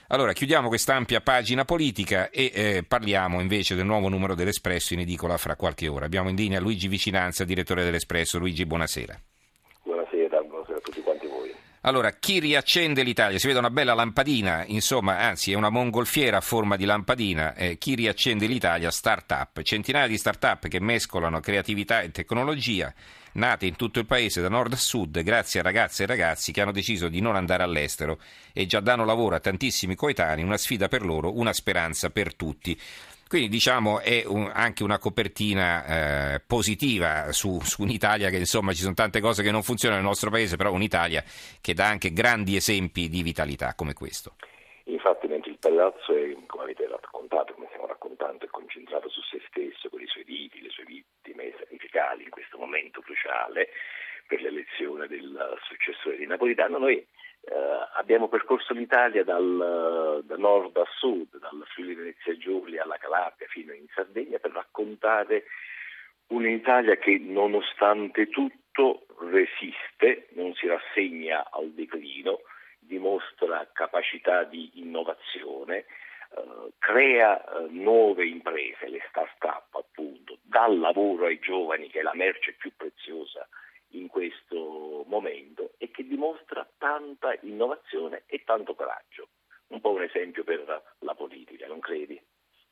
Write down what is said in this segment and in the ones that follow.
Allora, chiudiamo questa ampia pagina politica e parliamo invece del nuovo numero dell'Espresso in edicola fra qualche ora. Abbiamo in linea Luigi Vicinanza, direttore dell'Espresso. Luigi, buonasera. Buonasera a tutti quanti voi. Allora, chi riaccende l'Italia? Si vede una bella lampadina, insomma, anzi è una mongolfiera a forma di lampadina. Chi riaccende l'Italia? Start-up. Centinaia di start-up che mescolano creatività e tecnologia, nate in tutto il paese da nord a sud, grazie a ragazze e ragazzi che hanno deciso di non andare all'estero e già danno lavoro a tantissimi coetanei, una sfida per loro, una speranza per tutti. Quindi diciamo è anche una copertina positiva su un'Italia che insomma ci sono tante cose che non funzionano nel nostro paese, però un'Italia che dà anche grandi esempi di vitalità come questo. Infatti mentre il palazzo è, come avete raccontato, come stiamo raccontando, è concentrato su se stesso, con i suoi liti, le sue vittime sacrificali in questo momento cruciale per l'elezione del successore di Napolitano, noi abbiamo percorso l'Italia da nord a sud, dal Friuli Venezia Giulia alla Calabria fino in Sardegna, per raccontare un'Italia che nonostante tutto resiste, non si rassegna al declino, dimostra capacità di innovazione, crea nuove imprese, le start-up appunto, dà lavoro ai giovani che è la merce più preziosa in questo momento e che dimostra tanta innovazione e tanto coraggio. Un po' un esempio per la politica, non credi?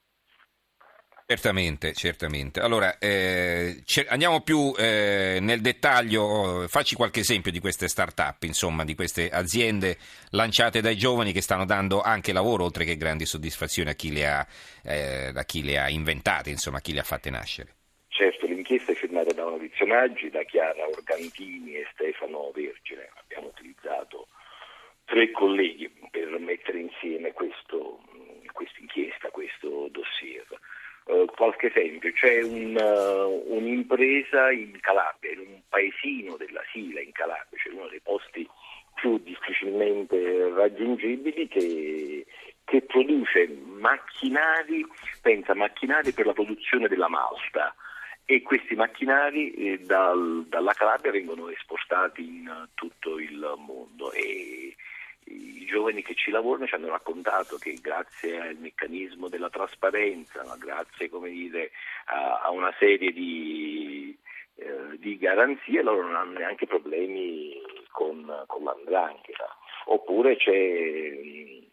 Certamente. Allora, andiamo più nel dettaglio, facci qualche esempio di queste start-up, insomma, di queste aziende lanciate dai giovani che stanno dando anche lavoro, oltre che grandi soddisfazioni a chi le ha inventate, insomma, a chi le ha fatte nascere. Certo, l'inchiesta è firmata da Maurizio Maggi, da Chiara Organtini e Stefano Vergine. Abbiamo utilizzato 3 colleghi per mettere insieme questa inchiesta, questo dossier. Qualche esempio, c'è un'impresa in Calabria, in un paesino della Sila in Calabria, cioè uno dei posti più difficilmente raggiungibili, che produce macchinari per la produzione della malta, e questi macchinari dalla Calabria vengono esportati in tutto il mondo, e i giovani che ci lavorano ci hanno raccontato che grazie al meccanismo della trasparenza, grazie a una serie di garanzie, loro non hanno neanche problemi con l''ndrangheta. Oppure ci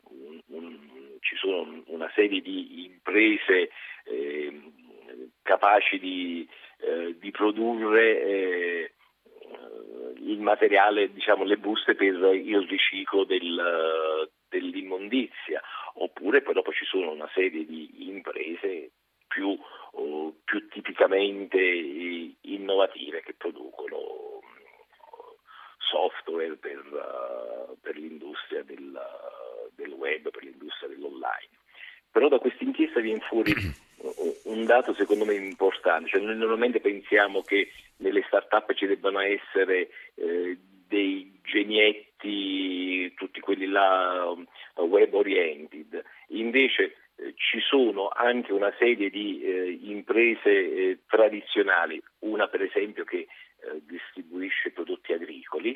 sono una serie di imprese capaci di produrre il materiale, diciamo le buste per il riciclo dell'immondizia. Oppure poi dopo ci sono una serie di imprese più tipicamente innovative che producono software per l'industria del web, per l'industria dell'online. Però da questa inchiesta viene fuori un dato secondo me importante, cioè noi normalmente pensiamo che nelle start-up ci debbano essere dei genietti, tutti quelli là web oriented, invece ci sono anche una serie di imprese tradizionali, una per esempio che distribuisce prodotti agricoli,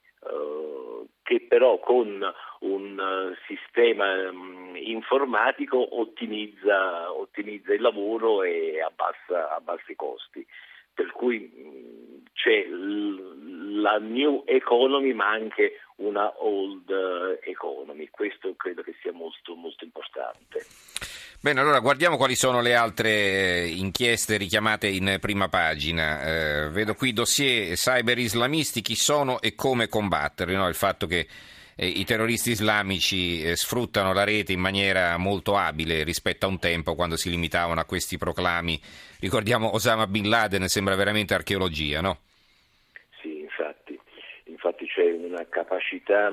che però con un sistema informatico ottimizza il lavoro e abbassa i costi, per cui c'è la new economy ma anche una old economy. Questo credo che sia molto molto importante. Bene, allora guardiamo quali sono le altre inchieste richiamate in prima pagina. Vedo qui dossier cyber islamisti, chi sono e come combatterli, no? Il fatto che i terroristi islamici sfruttano la rete in maniera molto abile rispetto a un tempo quando si limitavano a questi proclami. Ricordiamo Osama Bin Laden, sembra veramente archeologia, no? Sì, infatti c'è una capacità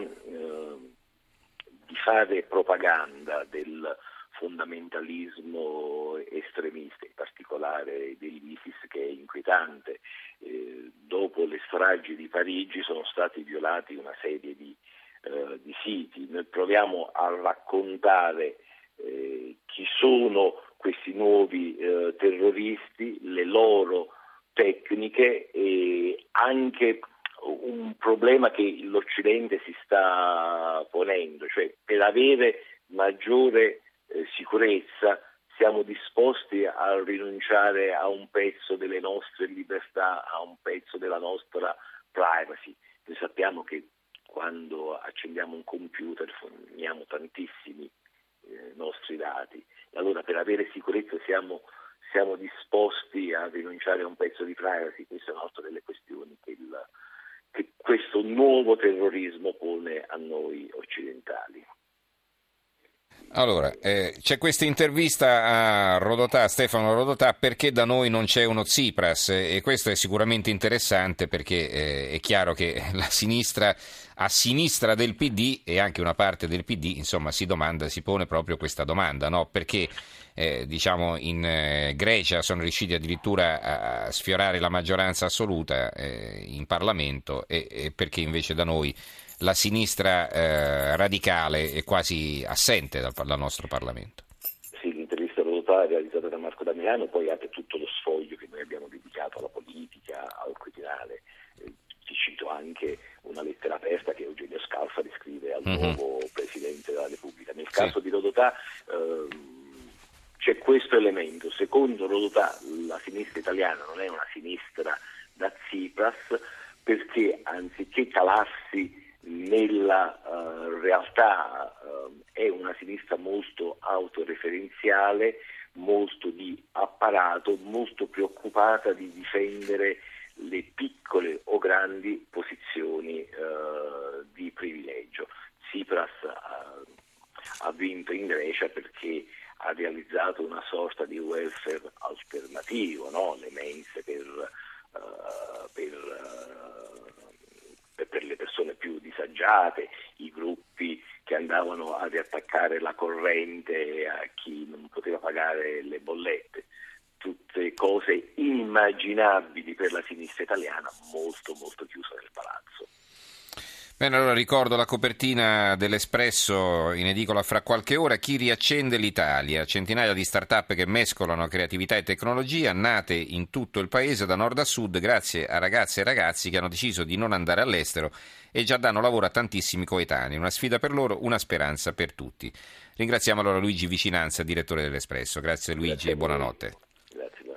di fare propaganda del fondamentalismo estremista, in particolare dell'ISIS, che è inquietante. Dopo le stragi di Parigi sono stati violati una serie di siti. Noi proviamo a raccontare chi sono questi nuovi terroristi, le loro tecniche e anche un problema che l'Occidente si sta ponendo, cioè per avere maggiore sicurezza siamo disposti a rinunciare a un pezzo delle nostre libertà, a un pezzo della nostra privacy. Noi sappiamo che quando accendiamo un computer forniamo tantissimi nostri dati, e allora per avere sicurezza siamo disposti a rinunciare a un pezzo di privacy. Questa è un'altra delle questioni che questo nuovo terrorismo pone a noi occidentali. Allora, c'è questa intervista a Rodotà, Stefano Rodotà, perché da noi non c'è uno Tsipras, e questo è sicuramente interessante perché è chiaro che la sinistra, a sinistra del PD e anche una parte del PD, insomma, si pone proprio questa domanda, no? Perché diciamo in Grecia sono riusciti addirittura a sfiorare la maggioranza assoluta in Parlamento e perché invece da noi la sinistra radicale è quasi assente dal nostro Parlamento. Sì, l'intervista realizzata da Marco Damiano poi apre tutto lo sfoglio che noi abbiamo dedicato alla politica, al Quirinale. Ti cito anche una lettera aperta che Eugenio Scalfari scrive al nuovo Presidente della Repubblica. Nel caso di Rodotà c'è questo elemento. Secondo Rodotà la sinistra italiana non è una sinistra da Tsipras, perché anziché calarsi nella realtà è una sinistra molto autoreferenziale, molto di apparato, molto preoccupata di difendere le piccole o grandi posizioni di privilegio. Tsipras ha vinto in Grecia perché ha realizzato una sorta di welfare alternativo, no? Le mense per le persone più disagiate, i gruppi che andavano a riattaccare la corrente a chi non poteva pagare le bollette, tutte cose inimmaginabili per la sinistra italiana, molto molto chiusa nel palazzo. Bene, allora ricordo la copertina dell'Espresso in edicola fra qualche ora. Chi riaccende l'Italia? Centinaia di start-up che mescolano creatività e tecnologia, nate in tutto il paese da nord a sud, grazie a ragazze e ragazzi che hanno deciso di non andare all'estero e già danno lavoro a tantissimi coetanei. Una sfida per loro, una speranza per tutti. Ringraziamo allora Luigi Vicinanza, direttore dell'Espresso. Grazie Luigi e buonanotte. Grazie.